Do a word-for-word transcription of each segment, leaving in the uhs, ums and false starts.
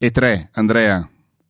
E tre, Andrea.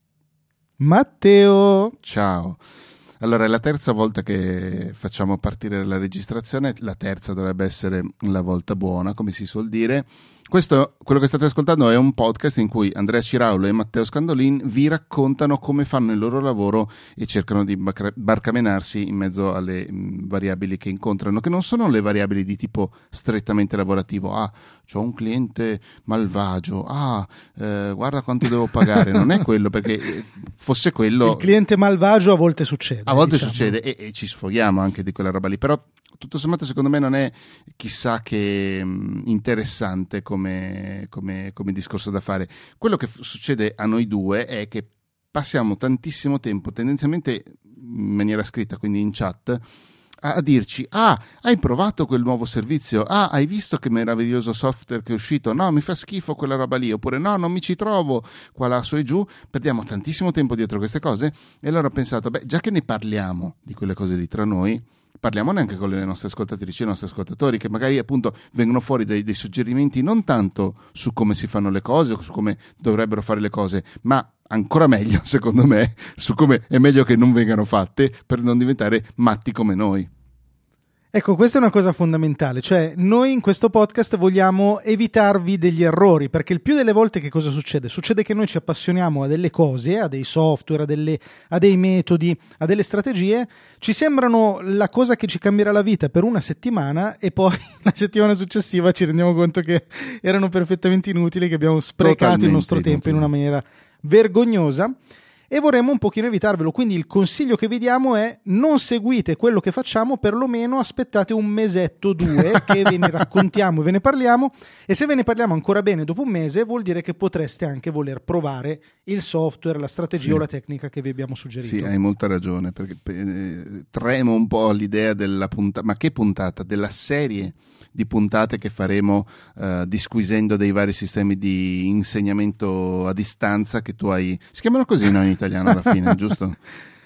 Matteo. Ciao. Allora, è la terza volta che facciamo partire la registrazione, la terza dovrebbe essere la volta buona, come si suol dire. Questo, quello che state ascoltando, è un podcast in cui Andrea Ciraulo e Matteo Scandolin vi raccontano come fanno il loro lavoro e cercano di barcamenarsi in mezzo alle mh, variabili che incontrano, che non sono le variabili di tipo strettamente lavorativo. Ah, c'ho un cliente malvagio, ah, eh, guarda quanto devo pagare. Non è quello, perché fosse quello... Il cliente malvagio a volte succede. A volte diciamo. succede e, e ci sfoghiamo anche di quella roba lì, però tutto sommato secondo me non è chissà che mh, interessante come, come, come discorso da fare. Quello che f- succede a noi due è che passiamo tantissimo tempo, tendenzialmente in maniera scritta, quindi in chat, a, a dirci: ah, hai provato quel nuovo servizio? Ah, hai visto che meraviglioso software che è uscito? No, mi fa schifo quella roba lì. Oppure no, non mi ci trovo, qua là su e giù. Perdiamo tantissimo tempo dietro queste cose e allora ho pensato, beh, già che ne parliamo di quelle cose lì tra noi, parliamone anche con le nostre ascoltatrici e i nostri ascoltatori, che magari appunto vengono fuori dei, dei suggerimenti non tanto su come si fanno le cose o su come dovrebbero fare le cose, ma ancora meglio, secondo me, su come è meglio che non vengano fatte per non diventare matti come noi. Ecco, questa è una cosa fondamentale, cioè noi in questo podcast vogliamo evitarvi degli errori, perché il più delle volte che cosa succede? Succede che noi ci appassioniamo a delle cose, a dei software, a, delle, a dei metodi, a delle strategie, ci sembrano la cosa che ci cambierà la vita per una settimana e poi la settimana successiva ci rendiamo conto che erano perfettamente inutili, che abbiamo sprecato Totalmente il nostro inutili. tempo in una maniera vergognosa. E vorremmo un pochino evitarvelo, quindi il consiglio che vi diamo è: non seguite quello che facciamo, perlomeno aspettate un mesetto, due, che ve ne raccontiamo e ve ne parliamo, e se ve ne parliamo ancora bene dopo un mese vuol dire che potreste anche voler provare il software, la strategia sì. o la tecnica che vi abbiamo suggerito. Sì, hai molta ragione, perché eh, tremo un po' l'idea della puntata, ma che puntata? Della serie di puntate che faremo uh, disquisendo dei vari sistemi di insegnamento a distanza che tu hai... Si chiamano così, no, in italiano alla fine, giusto?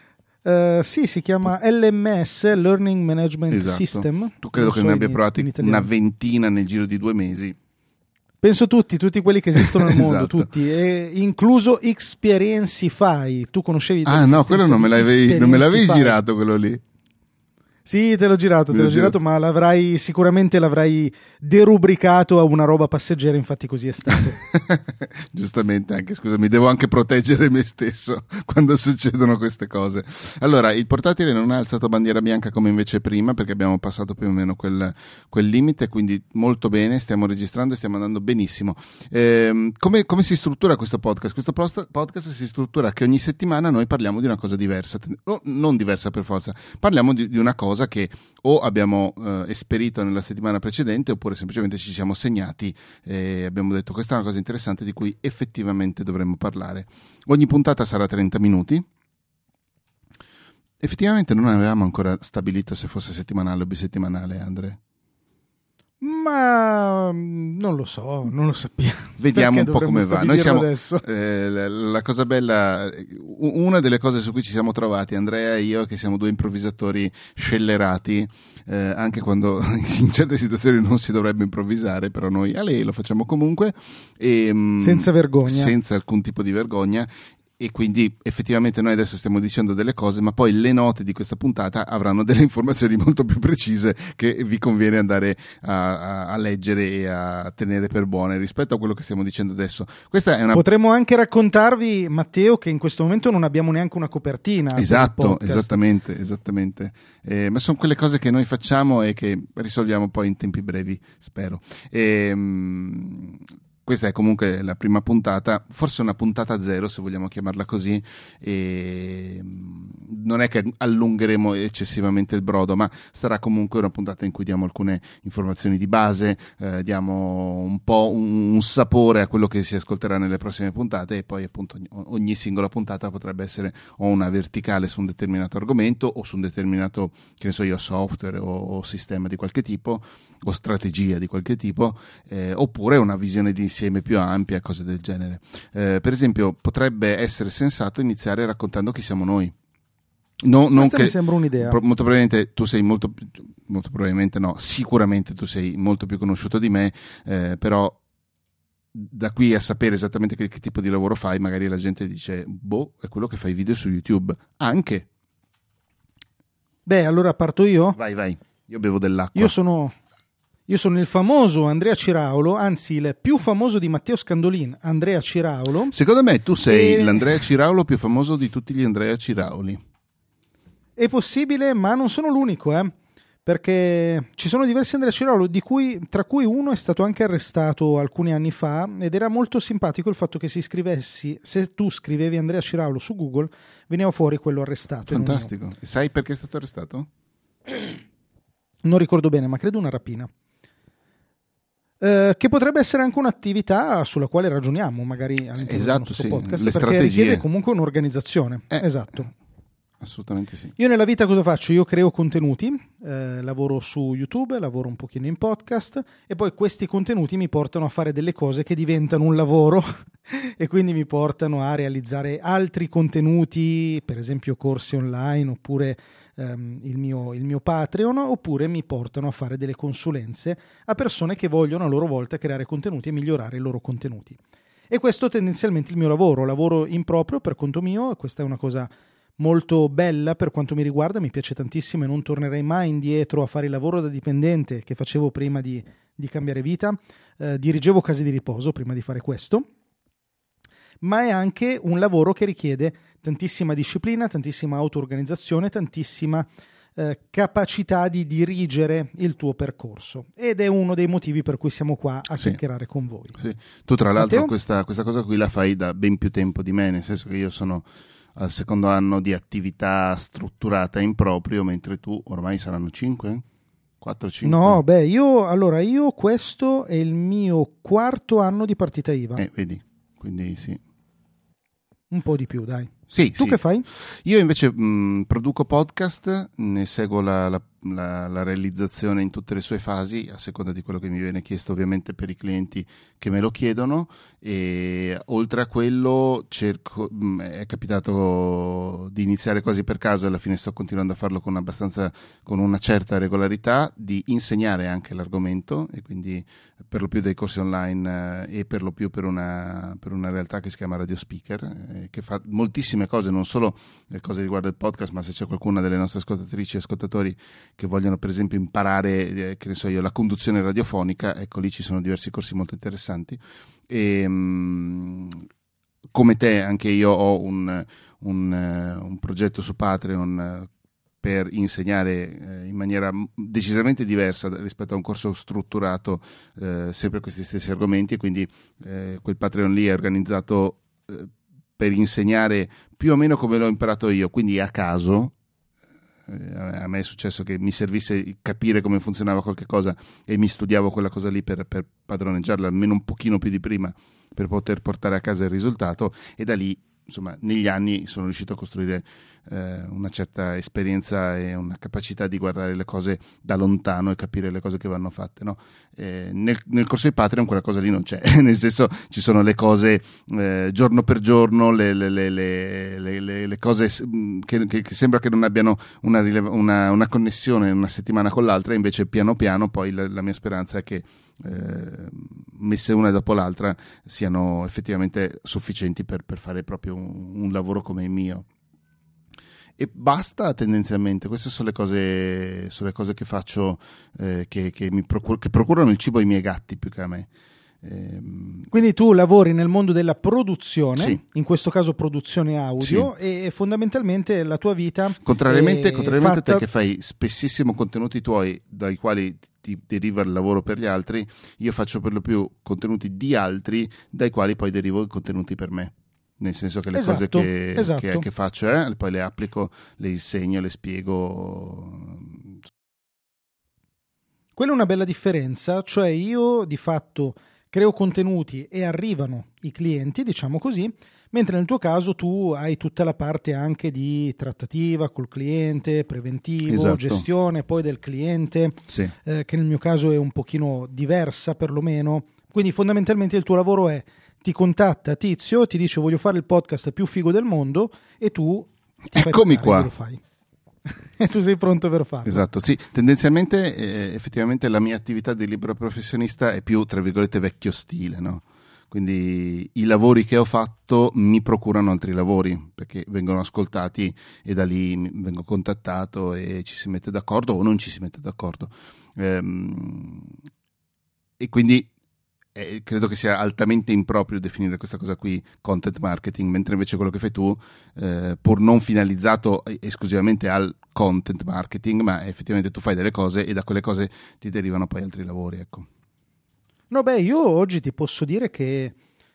Uh, sì, si chiama L M S, Learning Management esatto. System. Tu credo non che so ne abbia in, provati in una ventina nel giro di due mesi. Penso tutti, tutti quelli che esistono nel mondo, esatto. tutti, e incluso Experienceify. Tu conoscevi? Ah no, quello non me l'avevi, non me l'avevi girato, quello lì. Sì, te l'ho girato, te l'ho girato, ma l'avrai sicuramente l'avrai derubricato a una roba passeggera, infatti così è stato. Giustamente, anche scusami, devo anche proteggere me stesso quando succedono queste cose. Allora, il portatile non ha alzato bandiera bianca come invece prima, perché abbiamo passato più o meno quel, quel limite, quindi molto bene, stiamo registrando e stiamo andando benissimo. Ehm, come, come si struttura questo podcast? Questo podcast si struttura che ogni settimana noi parliamo di una cosa diversa, o non diversa per forza, parliamo di, di una cosa che o abbiamo eh, esperito nella settimana precedente oppure semplicemente ci siamo segnati e abbiamo detto: questa è una cosa interessante di cui effettivamente dovremmo parlare. Ogni puntata sarà trenta minuti. Effettivamente non avevamo ancora stabilito se fosse settimanale o bisettimanale, Andre. Ma non lo so, non lo sappiamo. Vediamo un po' come va. Noi siamo adesso. Eh, la, la cosa bella, una delle cose su cui ci siamo trovati, Andrea e io, che siamo due improvvisatori scellerati, eh, anche quando in certe situazioni non si dovrebbe improvvisare, però noi a lei lo facciamo comunque e, senza vergogna, senza alcun tipo di vergogna. E quindi effettivamente noi adesso stiamo dicendo delle cose, ma poi le note di questa puntata avranno delle informazioni molto più precise che vi conviene andare a, a, a leggere e a tenere per buone rispetto a quello che stiamo dicendo adesso. Questa è una... Potremmo anche raccontarvi, Matteo, che in questo momento non abbiamo neanche una copertina. Esatto, esattamente, esattamente. Eh, ma sono quelle cose che noi facciamo e che risolviamo poi in tempi brevi, spero. E, mh, Questa è comunque la prima puntata, forse una puntata zero se vogliamo chiamarla così, e non è che allungheremo eccessivamente il brodo, ma sarà comunque una puntata in cui diamo alcune informazioni di base, eh, diamo un po' un, un sapore a quello che si ascolterà nelle prossime puntate, e poi appunto ogni, ogni singola puntata potrebbe essere o una verticale su un determinato argomento o su un determinato, che ne so io, software o, o sistema di qualche tipo o strategia di qualche tipo, eh, oppure una visione di insieme più ampia, cose del genere. Eh, per esempio, potrebbe essere sensato iniziare raccontando chi siamo noi. No, non che, mi sembra un'idea. Pro, molto probabilmente tu sei molto, molto probabilmente no, sicuramente tu sei molto più conosciuto di me, eh, però da qui a sapere esattamente che, che tipo di lavoro fai, magari la gente dice, boh, è quello che fai video su YouTube. Anche. Beh, allora parto io? Vai, vai. Io bevo dell'acqua. Io sono, io sono il famoso Andrea Ciraulo, anzi il più famoso di Matteo Scandolin, Andrea Ciraulo. Secondo me tu sei e... l'Andrea Ciraulo più famoso di tutti gli Andrea Cirauli. È possibile, ma non sono l'unico, eh. Perché ci sono diversi Andrea Ciraulo, di cui, tra cui uno è stato anche arrestato alcuni anni fa, ed era molto simpatico il fatto che se scrivessi, se tu scrivevi Andrea Ciraulo su Google, veniva fuori quello arrestato. Fantastico. E sai perché è stato arrestato? Non ricordo bene, ma credo una rapina. Eh, che potrebbe essere anche un'attività sulla quale ragioniamo, magari all'interno esatto, del nostro sì. podcast, Le perché strategie. richiede comunque un'organizzazione. Eh. Esatto. Assolutamente sì. Io nella vita cosa faccio? Io creo contenuti, eh, lavoro su YouTube, lavoro un pochino in podcast e poi questi contenuti mi portano a fare delle cose che diventano un lavoro e quindi mi portano a realizzare altri contenuti, per esempio corsi online oppure ehm, il mio, il mio Patreon, oppure mi portano a fare delle consulenze a persone che vogliono a loro volta creare contenuti e migliorare i loro contenuti. E questo è tendenzialmente il mio lavoro, lavoro in proprio per conto mio, e questa è una cosa molto bella per quanto mi riguarda, mi piace tantissimo e non tornerei mai indietro a fare il lavoro da dipendente che facevo prima di, di cambiare vita. Eh, dirigevo case di riposo prima di fare questo, ma è anche un lavoro che richiede tantissima disciplina, tantissima auto-organizzazione, tantissima eh, capacità di dirigere il tuo percorso, ed è uno dei motivi per cui siamo qua a sì. chiacchierare con voi. Sì. Tu tra l'altro questa, Matteo? questa cosa qui la fai da ben più tempo di me, nel senso che io sono al secondo anno di attività strutturata in proprio, mentre tu ormai saranno cinque? quattro cinque? No, beh, io allora io questo è il mio quarto anno di partita I V A. Eh, vedi, quindi sì. Un po' di più, dai. Sì, tu sì. che fai? Io invece mh, produco podcast, ne seguo la, la, la, la realizzazione in tutte le sue fasi, a seconda di quello che mi viene chiesto, ovviamente per i clienti che me lo chiedono, e oltre a quello cerco, mh, è capitato di iniziare quasi per caso e alla fine sto continuando a farlo con abbastanza, con una certa regolarità, di insegnare anche l'argomento, e quindi per lo più dei corsi online eh, e per lo più per una, per una realtà che si chiama Radio Speaker, eh, che fa moltissime cose, non solo le cose riguardo il podcast, ma se c'è qualcuna delle nostre ascoltatrici e ascoltatori che vogliono per esempio imparare, eh, che ne so io, la conduzione radiofonica, ecco lì ci sono diversi corsi molto interessanti. E mh, come te anche io ho un, un, uh, un progetto su Patreon uh, per insegnare eh, in maniera decisamente diversa rispetto a un corso strutturato eh, sempre questi stessi argomenti, e quindi eh, quel Patreon lì è organizzato eh, per insegnare più o meno come l'ho imparato io, quindi a caso. Eh, a me è successo che mi servisse capire come funzionava qualche cosa e mi studiavo quella cosa lì per, per padroneggiarla almeno un pochino più di prima, per poter portare a casa il risultato, e da lì insomma negli anni sono riuscito a costruire eh, una certa esperienza e una capacità di guardare le cose da lontano e capire le cose che vanno fatte, no? Eh, nel, nel corso di Patreon quella cosa lì non c'è, nel senso ci sono le cose eh, giorno per giorno, le, le, le, le, le, le cose che, che, che sembra che non abbiano una, una, una connessione una settimana con l'altra, invece piano piano poi la, la mia speranza è che Eh, messe una dopo l'altra siano effettivamente sufficienti per, per fare proprio un, un lavoro come il mio, e basta tendenzialmente. Queste sono le cose, sono le cose che faccio eh, che, che, mi procur- che procurano il cibo ai miei gatti più che a me. Ehm... Quindi tu lavori nel mondo della produzione, sì. in questo caso produzione audio, sì. E fondamentalmente la tua vita contrariamente, è contrariamente fatta... a te che fai spessissimo contenuti tuoi dai quali ti deriva il lavoro per gli altri, io faccio per lo più contenuti di altri dai quali poi derivo i contenuti per me, nel senso che le esatto, cose che, esatto. che, che faccio eh, poi le applico, le insegno, le spiego. Quella è una bella differenza, cioè io di fatto creo contenuti e arrivano i clienti, diciamo così, mentre nel tuo caso tu hai tutta la parte anche di trattativa col cliente, preventivo, esatto. gestione poi del cliente, sì. eh, che nel mio caso è un pochino diversa perlomeno. Quindi fondamentalmente il tuo lavoro è: ti contatta Tizio, ti dice voglio fare il podcast più figo del mondo, e tu ti eccomi fai qua lo fai. E tu sei pronto per farlo. Esatto, sì, tendenzialmente eh, effettivamente la mia attività di libero professionista è più, tra virgolette, vecchio stile, no? quindi i lavori che ho fatto mi procurano altri lavori perché vengono ascoltati e da lì vengo contattato e ci si mette d'accordo o non ci si mette d'accordo, ehm, e quindi eh, credo che sia altamente improprio definire questa cosa qui content marketing, mentre invece quello che fai tu, eh, pur non finalizzato esclusivamente al content marketing, ma effettivamente tu fai delle cose e da quelle cose ti derivano poi altri lavori, ecco. No, beh, io oggi ti posso dire che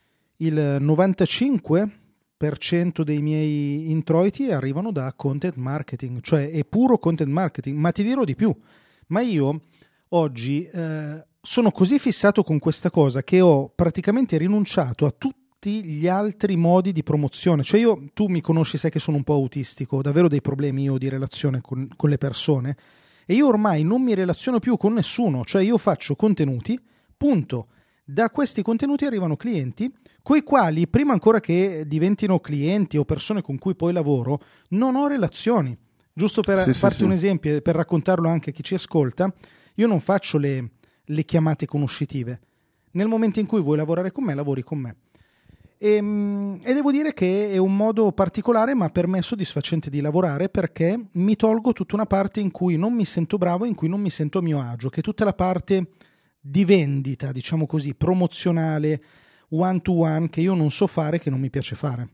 il novantacinque per cento dei miei introiti arrivano da content marketing, cioè è puro content marketing, ma ti dirò di più, ma io oggi eh, sono così fissato con questa cosa che ho praticamente rinunciato a tutti gli altri modi di promozione, cioè io, tu mi conosci, sai che sono un po' autistico, ho davvero dei problemi io di relazione con, con le persone e io ormai non mi relaziono più con nessuno, cioè io faccio contenuti, punto. Da questi contenuti arrivano clienti coi quali, prima ancora che diventino clienti o persone con cui poi lavoro, non ho relazioni. Giusto per sì, farti sì, un sì. esempio e per raccontarlo anche a chi ci ascolta, io non faccio le, le chiamate conoscitive. Nel momento in cui vuoi lavorare con me, lavori con me. E, e devo dire che è un modo particolare, ma per me soddisfacente di lavorare, perché mi tolgo tutta una parte in cui non mi sento bravo, in cui non mi sento a mio agio, che è tutta la parte di vendita, diciamo così, promozionale, one to one, che io non so fare, che non mi piace fare.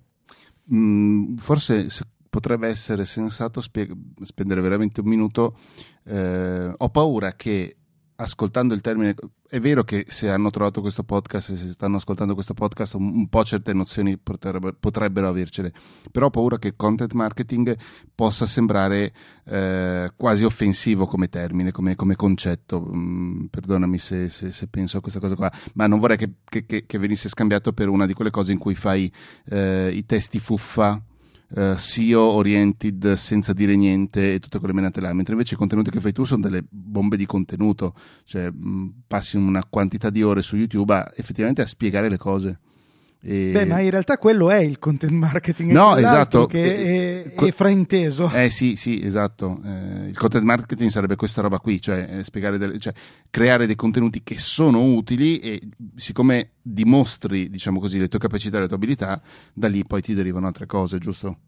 Mm, forse se potrebbe essere sensato spie- spendere veramente un minuto. Eh, ho paura che ascoltando il termine, è vero che se hanno trovato questo podcast e se stanno ascoltando questo podcast un, un po' certe nozioni potrebbero, potrebbero avercele, però ho paura che content marketing possa sembrare eh, quasi offensivo come termine, come, come concetto. Mm, perdonami se, se, se penso a questa cosa qua, ma non vorrei che, che, che, che venisse scambiato per una di quelle cose in cui fai eh, i testi fuffa, Uh, S E O oriented senza dire niente e tutte quelle menate là, mentre invece i contenuti che fai tu sono delle bombe di contenuto, cioè mh, passi una quantità di ore su YouTube a, effettivamente a spiegare le cose. E... Beh, ma in realtà quello è il content marketing, no, è esatto, che eh, è, que- è frainteso. Eh sì, sì, esatto. Eh, il content marketing sarebbe questa roba qui, cioè eh, spiegare delle, cioè creare dei contenuti che sono utili e siccome dimostri, diciamo così, le tue capacità e le tue abilità, da lì poi ti derivano altre cose, giusto?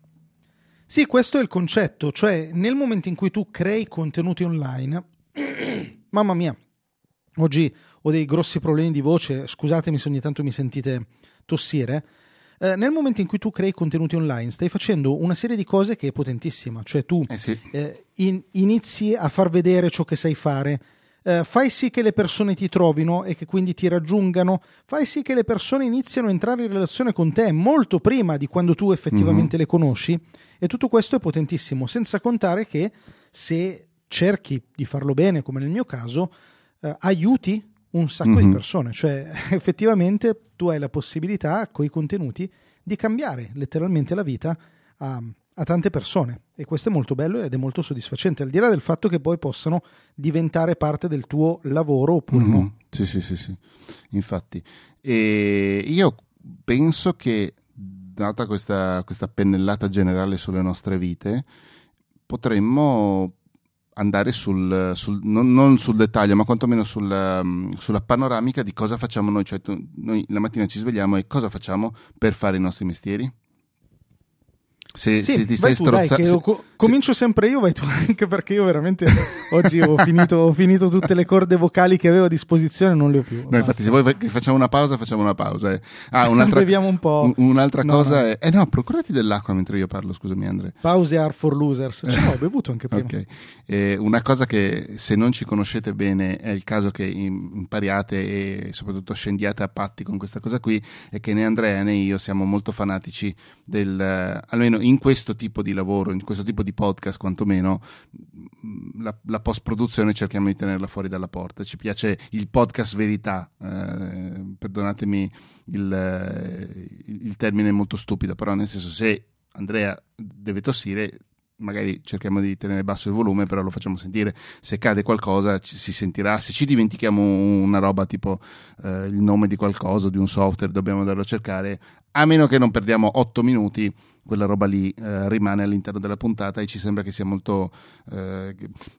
Sì, questo è il concetto, cioè nel momento in cui tu crei contenuti online, mamma mia, oggi ho dei grossi problemi di voce, scusatemi se ogni tanto mi sentite tossire, eh, nel momento in cui tu crei contenuti online stai facendo una serie di cose che è potentissima, cioè tu Eh sì. eh, in, inizi a far vedere ciò che sai fare, eh, fai sì che le persone ti trovino e che quindi ti raggiungano, fai sì che le persone iniziano a entrare in relazione con te molto prima di quando tu effettivamente mm-hmm. le conosci, e tutto questo è potentissimo, senza contare che se cerchi di farlo bene, come nel mio caso, eh, aiuti un sacco mm-hmm. di persone, cioè effettivamente tu hai la possibilità con i contenuti di cambiare letteralmente la vita a, a tante persone, e questo è molto bello ed è molto soddisfacente, al di là del fatto che poi possano diventare parte del tuo lavoro oppure mm-hmm. no. Sì, sì, sì, sì, infatti. E io penso che data questa, questa pennellata generale sulle nostre vite, potremmo andare sul, sul non, non sul dettaglio, ma quantomeno sul, sulla panoramica di cosa facciamo noi, cioè tu, noi la mattina ci svegliamo e cosa facciamo per fare i nostri mestieri. Se, sì, se ti stai strozzando, co- comincio se... sempre io, vai tu, anche perché io veramente oggi ho finito, ho finito tutte le corde vocali che avevo a disposizione, non le ho più. No, basta. Infatti, se vuoi facciamo una pausa, facciamo una pausa. Eh. Ah, un'altra, beviamo un po'. Un'altra no, cosa no. è. Eh no, procurati dell'acqua mentre io parlo, scusami, Andre. Pause are for losers. Cioè, no, ho bevuto anche prima. Ok. Eh, una cosa che se non ci conoscete bene è il caso che impariate e soprattutto scendiate a patti con questa cosa qui, è che né Andrea né io siamo molto fanatici del, almeno in questo tipo di lavoro, in questo tipo di podcast quantomeno, la, la post-produzione cerchiamo di tenerla fuori dalla porta. Ci piace il podcast verità, eh, perdonatemi il, il termine è molto stupido, però nel senso, se Andrea deve tossire magari cerchiamo di tenere basso il volume, però lo facciamo sentire, se cade qualcosa ci, si sentirà, se ci dimentichiamo una roba tipo eh, il nome di qualcosa, di un software, dobbiamo andarlo a cercare, a meno che non perdiamo otto minuti quella roba lì eh, rimane all'interno della puntata e ci sembra che sia molto eh,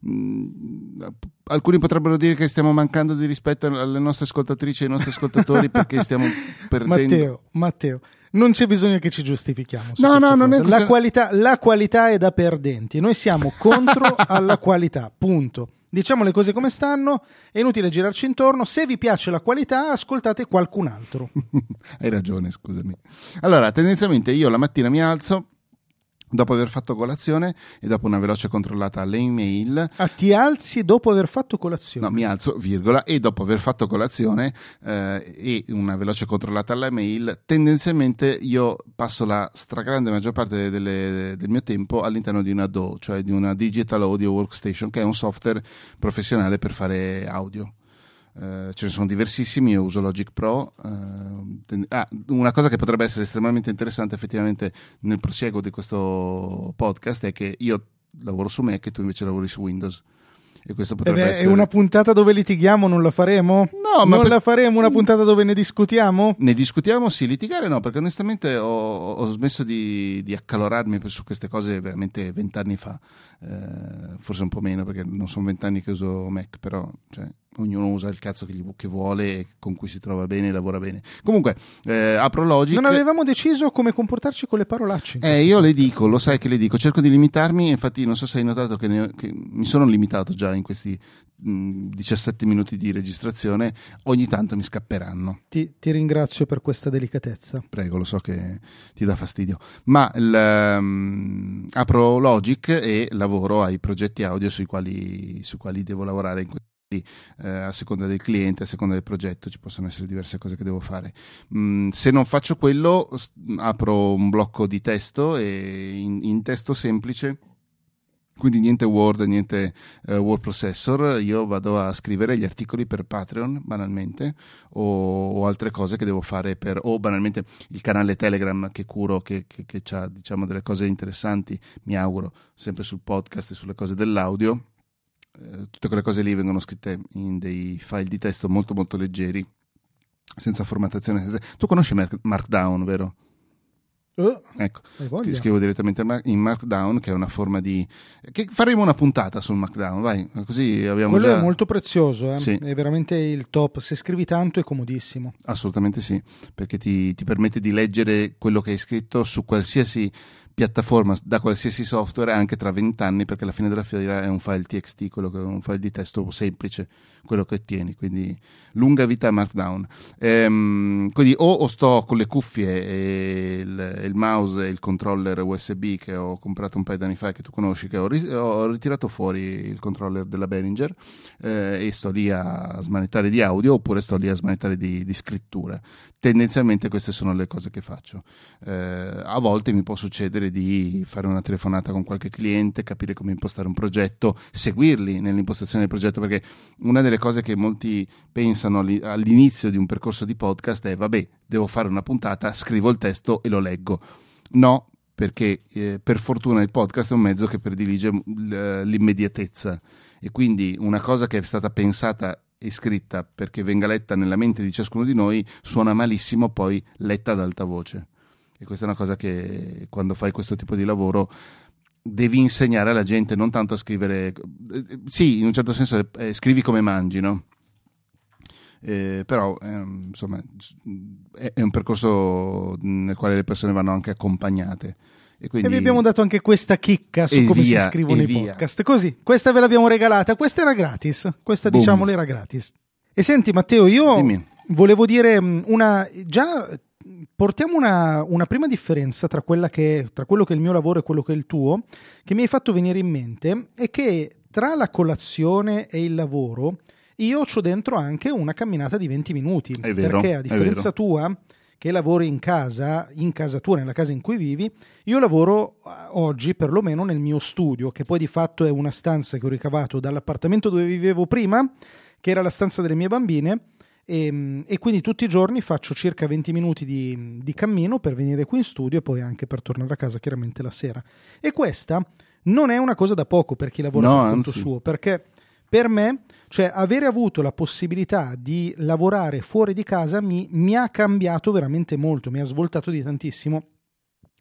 mh, alcuni potrebbero dire che stiamo mancando di rispetto alle nostre ascoltatrici e ai nostri ascoltatori perché stiamo perdendo. Matteo, Matteo, non c'è bisogno che ci giustifichiamo su no no non è la qualità, la qualità è da perdenti, noi siamo contro alla qualità, punto. Diciamo le cose come stanno, è inutile girarci intorno. Se vi piace la qualità, ascoltate qualcun altro. Hai ragione, scusami. Allora, tendenzialmente io la mattina mi alzo dopo aver fatto colazione e dopo una veloce controllata alle email. Ah, ti alzi dopo aver fatto colazione? No, mi alzo, virgola, e dopo aver fatto colazione eh, e una veloce controllata alla mail, tendenzialmente io passo la stragrande maggior parte delle, del mio tempo all'interno di una D A W, cioè di una Digital Audio Workstation, che è un software professionale per fare audio. Uh, ce ne sono diversissimi, io uso Logic Pro. Uh, ten- ah, una cosa che potrebbe essere estremamente interessante effettivamente nel prosieguo di questo podcast è che io lavoro su Mac e tu invece lavori su Windows. E questo potrebbe Ed è essere... una puntata dove litighiamo, non la faremo? No, ma non per... la faremo una puntata dove ne discutiamo? Ne discutiamo, sì, litigare no, perché onestamente ho, ho smesso di, di accalorarmi su queste cose veramente vent'anni fa, eh, forse un po' meno perché non sono vent'anni che uso Mac, però cioè, ognuno usa il cazzo che, gli, che vuole e con cui si trova bene e lavora bene. Comunque, eh, apro Logic. Non avevamo deciso come comportarci con le parolacce. Eh, io le dico, lo sai che le dico, cerco di limitarmi, infatti non so se hai notato che, ne, che mi sono limitato già in questi mh, diciassette minuti di registrazione, ogni tanto mi scapperanno. Ti, ti ringrazio per questa delicatezza. Prego, lo so che ti dà fastidio, ma il, um, apro Logic e lavoro ai progetti audio sui quali, sui quali devo lavorare in questo. Eh, a seconda del cliente, a seconda del progetto ci possono essere diverse cose che devo fare. Mm, se non faccio quello st- apro un blocco di testo e in, in testo semplice, quindi niente Word, niente uh, word processor, io vado a scrivere gli articoli per Patreon banalmente o, o altre cose che devo fare per, o banalmente il canale Telegram che curo, che, che, che ha diciamo delle cose interessanti, mi auguro, sempre sul podcast e sulle cose dell'audio. Tutte quelle cose lì vengono scritte in dei file di testo molto molto leggeri, senza formattazione. Senza... Tu conosci Mark- Markdown, vero? Uh, ecco, scrivo direttamente in Markdown, che è una forma di... che faremo una puntata sul Markdown, vai, così abbiamo quello già... è molto prezioso, eh? Sì. È veramente il top, se scrivi tanto è comodissimo. Assolutamente sì, perché ti, ti permette di leggere quello che hai scritto su qualsiasi piattaforma, da qualsiasi software, anche tra vent'anni, perché alla fine della fiera è un file T X T, quello che è un file di testo semplice, quello che tieni, quindi lunga vita Markdown. Ehm, quindi o, o sto con le cuffie e il, il mouse e il controller U S B che ho comprato un paio di anni fa, che tu conosci, che ho, ri- ho ritirato fuori il controller della Behringer eh, e sto lì a smanettare di audio, oppure sto lì a smanettare di, di scrittura. Tendenzialmente queste sono le cose che faccio. Eh, a volte mi può succedere di fare una telefonata con qualche cliente, capire come impostare un progetto, seguirli nell'impostazione del progetto, perché una delle cose che molti pensano all'inizio di un percorso di podcast è: vabbè, devo fare una puntata, scrivo il testo e lo leggo. No, perché eh, per fortuna il podcast è un mezzo che predilige l'immediatezza, e quindi una cosa che è stata pensata e scritta perché venga letta nella mente di ciascuno di noi suona malissimo poi letta ad alta voce. E questa è una cosa che quando fai questo tipo di lavoro devi insegnare alla gente, non tanto a scrivere, sì, in un certo senso eh, scrivi come mangi, no? Eh, però eh, insomma è, è un percorso nel quale le persone vanno anche accompagnate. E, quindi... e vi abbiamo dato anche questa chicca su e come via, si scrivono i via. podcast. Così, questa ve l'abbiamo regalata, questa era gratis, questa Boom. diciamolo era gratis. E senti Matteo, io Dimmi. volevo dire una già portiamo una, una prima differenza tra quella che tra quello che è il mio lavoro e quello che è il tuo, che mi hai fatto venire in mente, è che tra la colazione e il lavoro io c'ho dentro anche una camminata di venti minuti, è vero, perché a differenza tua che lavori in casa, in casa tua, nella casa in cui vivi, io lavoro oggi perlomeno nel mio studio, che poi di fatto è una stanza che ho ricavato dall'appartamento dove vivevo prima, che era la stanza delle mie bambine, e, e quindi tutti i giorni faccio circa venti minuti di, di cammino per venire qui in studio e poi anche per tornare a casa chiaramente la sera. E questa non è una cosa da poco per chi lavora no, per conto anzi. suo, perché per me, cioè avere avuto la possibilità di lavorare fuori di casa mi, mi ha cambiato veramente molto, mi ha svoltato di tantissimo,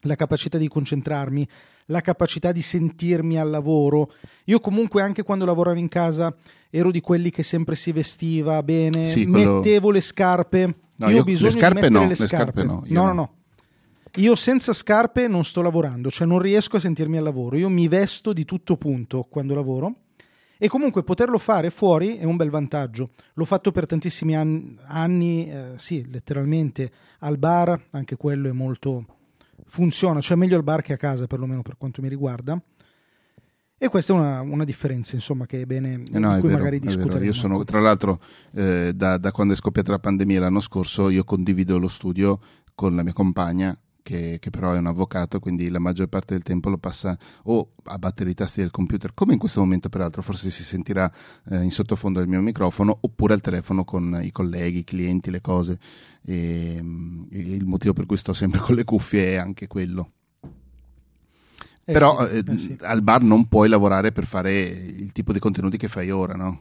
la capacità di concentrarmi, la capacità di sentirmi al lavoro. Io comunque anche quando lavoravo in casa ero di quelli che sempre si vestiva bene, sì, quello... mettevo le scarpe. No, io io ho bisogno le scarpe di mettere no, le scarpe. Le scarpe no, no, no, no. no. Io senza scarpe non sto lavorando, cioè non riesco a sentirmi al lavoro. Io mi vesto di tutto punto quando lavoro. E comunque poterlo fare fuori è un bel vantaggio. L'ho fatto per tantissimi anni, anni eh, sì, letteralmente al bar, anche quello è molto... funziona, cioè meglio al bar che a casa, perlomeno per quanto mi riguarda. E questa è una, una differenza, insomma, che è bene, eh no, di è cui vero, magari discuteremo. Io sono, tra l'altro, eh, da, da quando è scoppiata la pandemia l'anno scorso, io condivido lo studio con la mia compagna, Che, che però è un avvocato, quindi la maggior parte del tempo lo passa o a battere i tasti del computer, come in questo momento peraltro, forse si sentirà eh, in sottofondo del mio microfono, oppure al telefono con i colleghi, i clienti, le cose. E, e il motivo per cui sto sempre con le cuffie è anche quello. Eh però sì, eh, eh sì. Al bar non puoi lavorare per fare il tipo di contenuti che fai ora, no?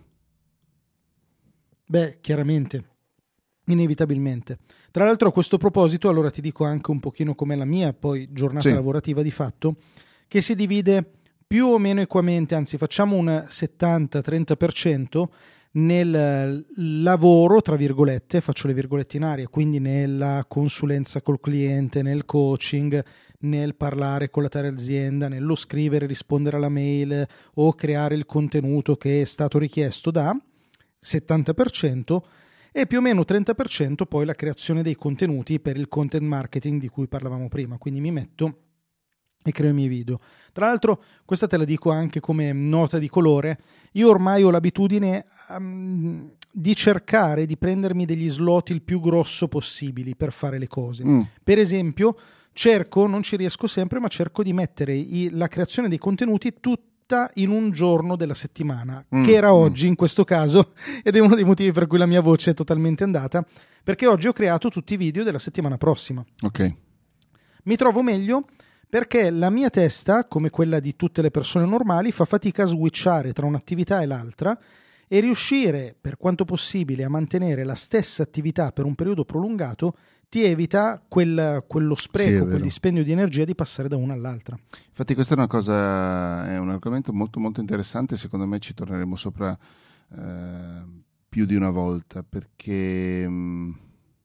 Beh, chiaramente. Inevitabilmente. Tra l'altro a questo proposito, allora ti dico anche un pochino com'è la mia poi giornata sì. lavorativa di fatto, che si divide più o meno equamente, anzi facciamo un settanta trenta per cento nel lavoro, tra virgolette, faccio le virgolette in aria, quindi nella consulenza col cliente, nel coaching, nel parlare con la tale azienda, nello scrivere, rispondere alla mail o creare il contenuto che è stato richiesto da settanta per cento, e più o meno trenta per cento poi la creazione dei contenuti per il content marketing di cui parlavamo prima, quindi mi metto e creo i miei video. Tra l'altro questa te la dico anche come nota di colore, io ormai ho l'abitudine um, di cercare di prendermi degli slot il più grosso possibili per fare le cose. Mm. Per esempio cerco, non ci riesco sempre, ma cerco di mettere i, la creazione dei contenuti tutti in un giorno della settimana, mm, che era mm. oggi in questo caso, ed è uno dei motivi per cui la mia voce è totalmente andata, perché oggi ho creato tutti i video della settimana prossima. Ok. Mi trovo meglio perché la mia testa, come quella di tutte le persone normali, fa fatica a switchare tra un'attività e l'altra, e riuscire per quanto possibile a mantenere la stessa attività per un periodo prolungato ti evita quel, quello spreco, sì, quel dispendio di energia di passare da una all'altra. Infatti questa è una cosa, è un argomento molto molto interessante, secondo me ci torneremo sopra eh, più di una volta, perché mh,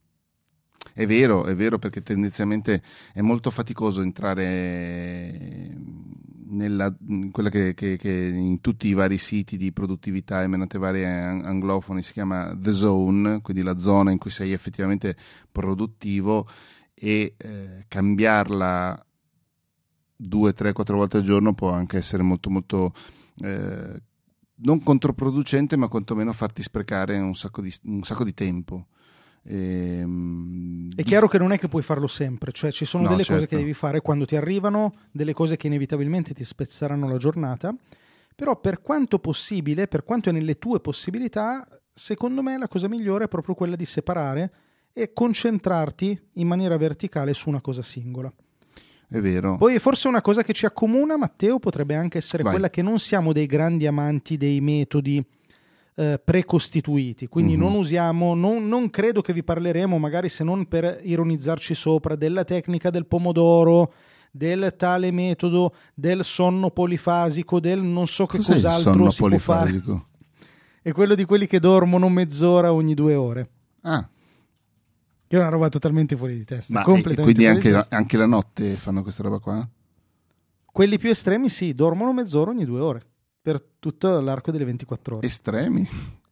è vero, è vero, perché tendenzialmente è molto faticoso entrare nella in quella che, che, che in tutti i vari siti di produttività emanate varie anglofoni si chiama The Zone, quindi la zona in cui sei effettivamente produttivo, e eh, cambiarla due, tre, quattro volte al giorno può anche essere molto molto eh, non controproducente, ma quantomeno farti sprecare un sacco di, un sacco di tempo. E, è chiaro che non è che puoi farlo sempre, cioè ci sono no, delle certo. cose che devi fare quando ti arrivano, delle cose che inevitabilmente ti spezzeranno la giornata, però per quanto possibile, per quanto è nelle tue possibilità, secondo me la cosa migliore è proprio quella di separare e concentrarti in maniera verticale su una cosa singola. È vero. Poi forse una cosa che ci accomuna, Matteo, potrebbe anche essere Vai. quella che non siamo dei grandi amanti dei metodi Eh, precostituiti, quindi mm-hmm. non usiamo, non, non credo che vi parleremo, magari se non per ironizzarci sopra, della tecnica del pomodoro, del tale metodo, del sonno polifasico, del non so che Cos'è cos'altro il sonno si può fare. È quello di quelli che dormono mezz'ora ogni due ore. Ah. Che è una roba totalmente fuori di testa. Ma completamente e quindi fuori anche, di la, testa. anche la notte fanno questa roba qua? Quelli più estremi sì, dormono mezz'ora ogni due ore. Per tutto l'arco delle ventiquattro ore. Estremi.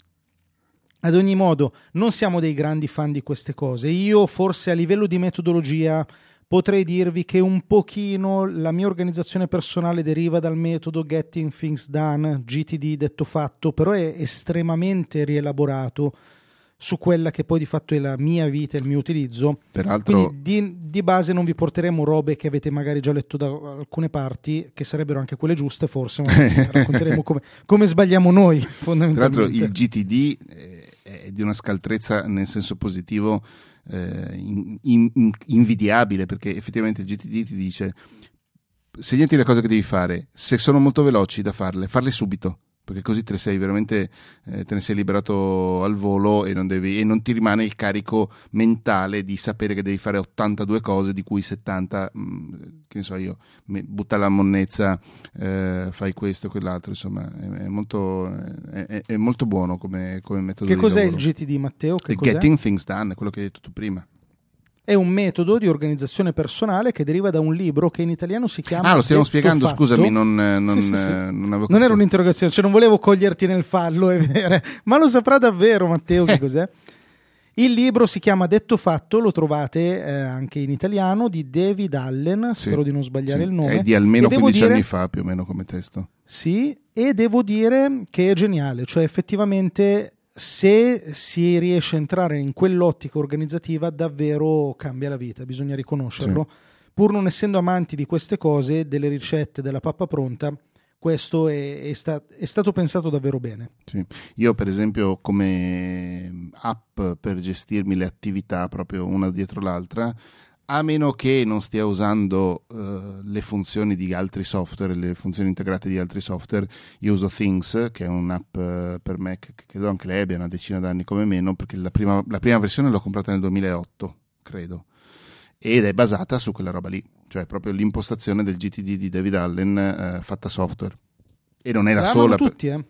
Ad ogni modo, non siamo dei grandi fan di queste cose. Io forse a livello di metodologia potrei dirvi che un pochino la mia organizzazione personale deriva dal metodo Getting Things Done, G T D detto fatto, però è estremamente rielaborato su quella che poi di fatto è la mia vita e il mio utilizzo. Peraltro, quindi di, di base non vi porteremo robe che avete magari già letto da alcune parti, che sarebbero anche quelle giuste forse, ma racconteremo come, come sbagliamo noi fondamentalmente. Tra l'altro il G T D è di una scaltrezza nel senso positivo eh, in, in, invidiabile, perché effettivamente il G T D ti dice: segnati le cose che devi fare, se sono molto veloci da farle, farle subito, perché così te ne sei veramente eh, te ne sei liberato al volo e non, devi, e non ti rimane il carico mentale di sapere che devi fare ottantadue cose di cui settanta mh, che ne so io, butta la monnezza, eh, fai questo, quell'altro, insomma è, è, molto, è, è molto buono come, come metodo. Che di cos'è lavoro. il G T D, Matteo? Che il cos'è? Getting Things Done, quello che hai detto tu prima. È un metodo di organizzazione personale che deriva da un libro che in italiano si chiama Ah, lo stiamo Detto spiegando, Fatto. scusami, non, non, Sì, sì, sì. non avevo Non era un'interrogazione, cioè non volevo coglierti nel fallo e vedere, ma lo saprà davvero Matteo che cos'è? Il libro si chiama Detto Fatto, lo trovate eh, anche in italiano, di David Allen, Sì, spero di non sbagliare sì. il nome. È di almeno E devo quindici dire, anni fa più o meno come testo. Sì, e devo dire che è geniale, cioè effettivamente se si riesce a entrare in quell'ottica organizzativa davvero cambia la vita, bisogna riconoscerlo. Sì. Pur non essendo amanti di queste cose, delle ricette, della pappa pronta, questo è, è, sta, è stato pensato davvero bene. Sì. Io per esempio come app per gestirmi le attività proprio una dietro l'altra, a meno che non stia usando uh, le funzioni di altri software, le funzioni integrate di altri software, io uso Things, che è un'app uh, per Mac che credo anche lei abbia una decina d'anni come meno, perché la prima, la prima versione l'ho comprata nel duemilaotto, credo, ed è basata su quella roba lì, cioè proprio l'impostazione del G T D di David Allen uh, fatta software. E non è la la sola. tutti, per... eh?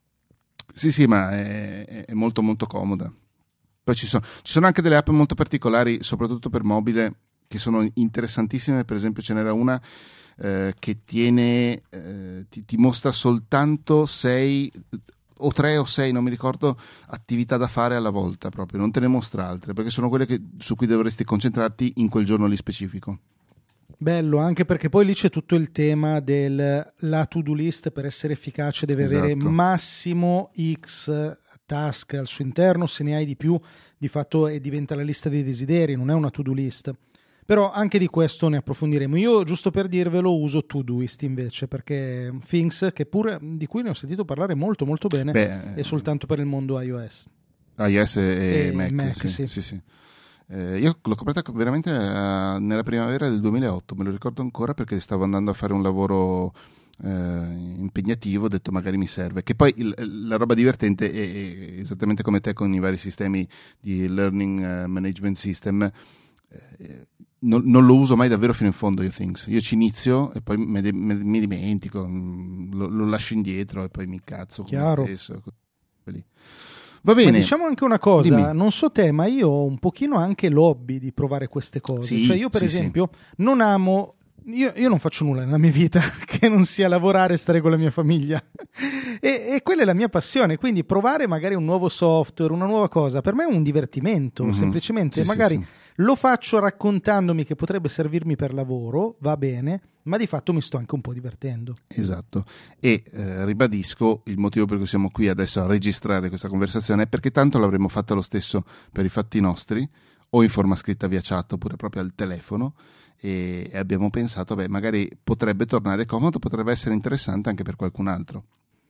Sì, sì, ma è, è molto molto comoda. Poi ci sono, ci sono anche delle app molto particolari, soprattutto per mobile, che sono interessantissime. Per esempio ce n'era una eh, che tiene eh, ti, ti mostra soltanto sei o tre o sei, non mi ricordo, attività da fare alla volta proprio, non te ne mostra altre, perché sono quelle che, su cui dovresti concentrarti in quel giorno lì specifico. Bello, anche perché poi lì c'è tutto il tema del la to-do list per essere efficace deve Esatto. avere massimo X task al suo interno, se ne hai di più di fatto e diventa la lista dei desideri, non è una to-do list. Però anche di questo ne approfondiremo. Io, giusto per dirvelo, uso Todoist invece, perché Things, che pure di cui ne ho sentito parlare molto molto bene, Beh, è soltanto per il mondo iOS. iOS e, e Mac, Mac sì, sì. sì, sì. Eh, io l'ho comprata veramente uh, nella primavera del duemilaotto, me lo ricordo ancora perché stavo andando a fare un lavoro uh, impegnativo, ho detto magari mi serve, che poi il, la roba divertente è, è esattamente come te con i vari sistemi di learning uh, management system, eh, non, non lo uso mai davvero fino in fondo io Things, io ci inizio e poi me, me, mi dimentico, lo, lo lascio indietro e poi mi cazzo con me stesso. Lì. Va bene. Ma diciamo anche una cosa, Dimmi. Non so te, ma io ho un pochino anche l'hobby di provare queste cose. Sì, cioè io per sì, esempio sì. non amo, io, io non faccio nulla nella mia vita che non sia lavorare e stare con la mia famiglia e, e quella è la mia passione, quindi provare magari un nuovo software, una nuova cosa, per me è un divertimento, mm-hmm. semplicemente sì, magari sì, sì. lo faccio raccontandomi che potrebbe servirmi per lavoro, va bene, ma di fatto mi sto anche un po' divertendo. Esatto, e eh, ribadisco il motivo per cui siamo qui adesso a registrare questa conversazione è perché tanto l'avremmo fatta lo stesso per i fatti nostri o in forma scritta via chat oppure proprio al telefono e, e abbiamo pensato beh magari potrebbe tornare comodo, potrebbe essere interessante anche per qualcun altro.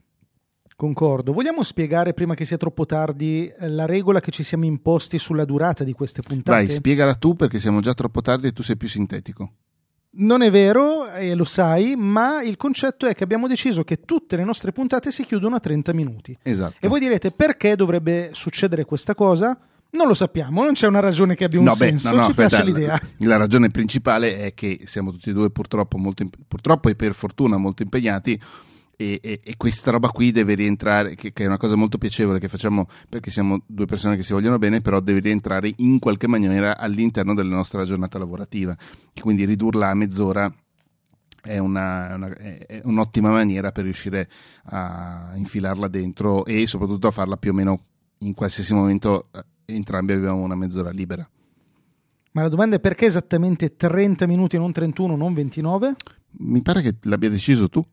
Concordo. Vogliamo spiegare prima che sia troppo tardi la regola che ci siamo imposti sulla durata di queste puntate? Vai, spiegala tu perché siamo già troppo tardi e tu sei più sintetico. Non è vero, e lo sai, ma il concetto è che abbiamo deciso che tutte le nostre puntate si chiudono a trenta minuti. Esatto. E voi direte perché dovrebbe succedere questa cosa? Non lo sappiamo, non c'è una ragione che abbia un no, senso, beh, no, no, ci aspetta, piace l'idea. La, la ragione principale è che siamo tutti e due purtroppo, molto, purtroppo e per fortuna molto impegnati e, e, e questa roba qui deve rientrare, che, che è una cosa molto piacevole che facciamo perché siamo due persone che si vogliono bene, però deve rientrare in qualche maniera all'interno della nostra giornata lavorativa, quindi ridurla a mezz'ora è, una, una, è un'ottima maniera per riuscire a infilarla dentro e soprattutto a farla più o meno in qualsiasi momento entrambi abbiamo una mezz'ora libera. Ma la domanda è perché esattamente trenta minuti e non trentuno, non ventinove? Mi pare che l'abbia deciso tu.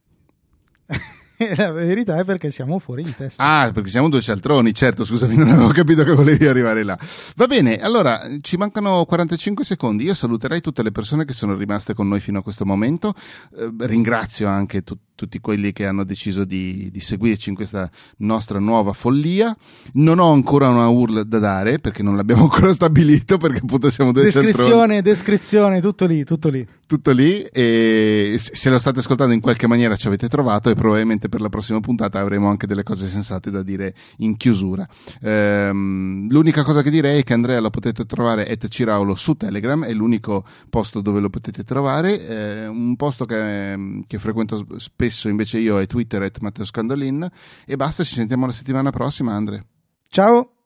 La verità è perché siamo fuori di testa. Ah, perché siamo due cialtroni, certo, scusami, non avevo capito che volevi arrivare là. Va bene, allora, ci mancano quarantacinque secondi, io saluterei tutte le persone che sono rimaste con noi fino a questo momento, eh, ringrazio anche tu, tutti quelli che hanno deciso di, di seguirci in questa nostra nuova follia. Non ho ancora una U R L da dare perché non l'abbiamo ancora stabilito, perché appunto siamo due descrizione, centroni. descrizione, tutto lì, tutto lì. Tutto lì, e se lo state ascoltando in qualche maniera ci avete trovato, e probabilmente per la prossima puntata avremo anche delle cose sensate da dire in chiusura. Ehm, l'unica cosa che direi è che Andrea lo potete trovare at Ciraulo su Telegram, è l'unico posto dove lo potete trovare. Eh, un posto che, che frequento spesso invece io è Twitter at Matteo Scandolin, e basta, ci sentiamo la settimana prossima, Andre. Ciao!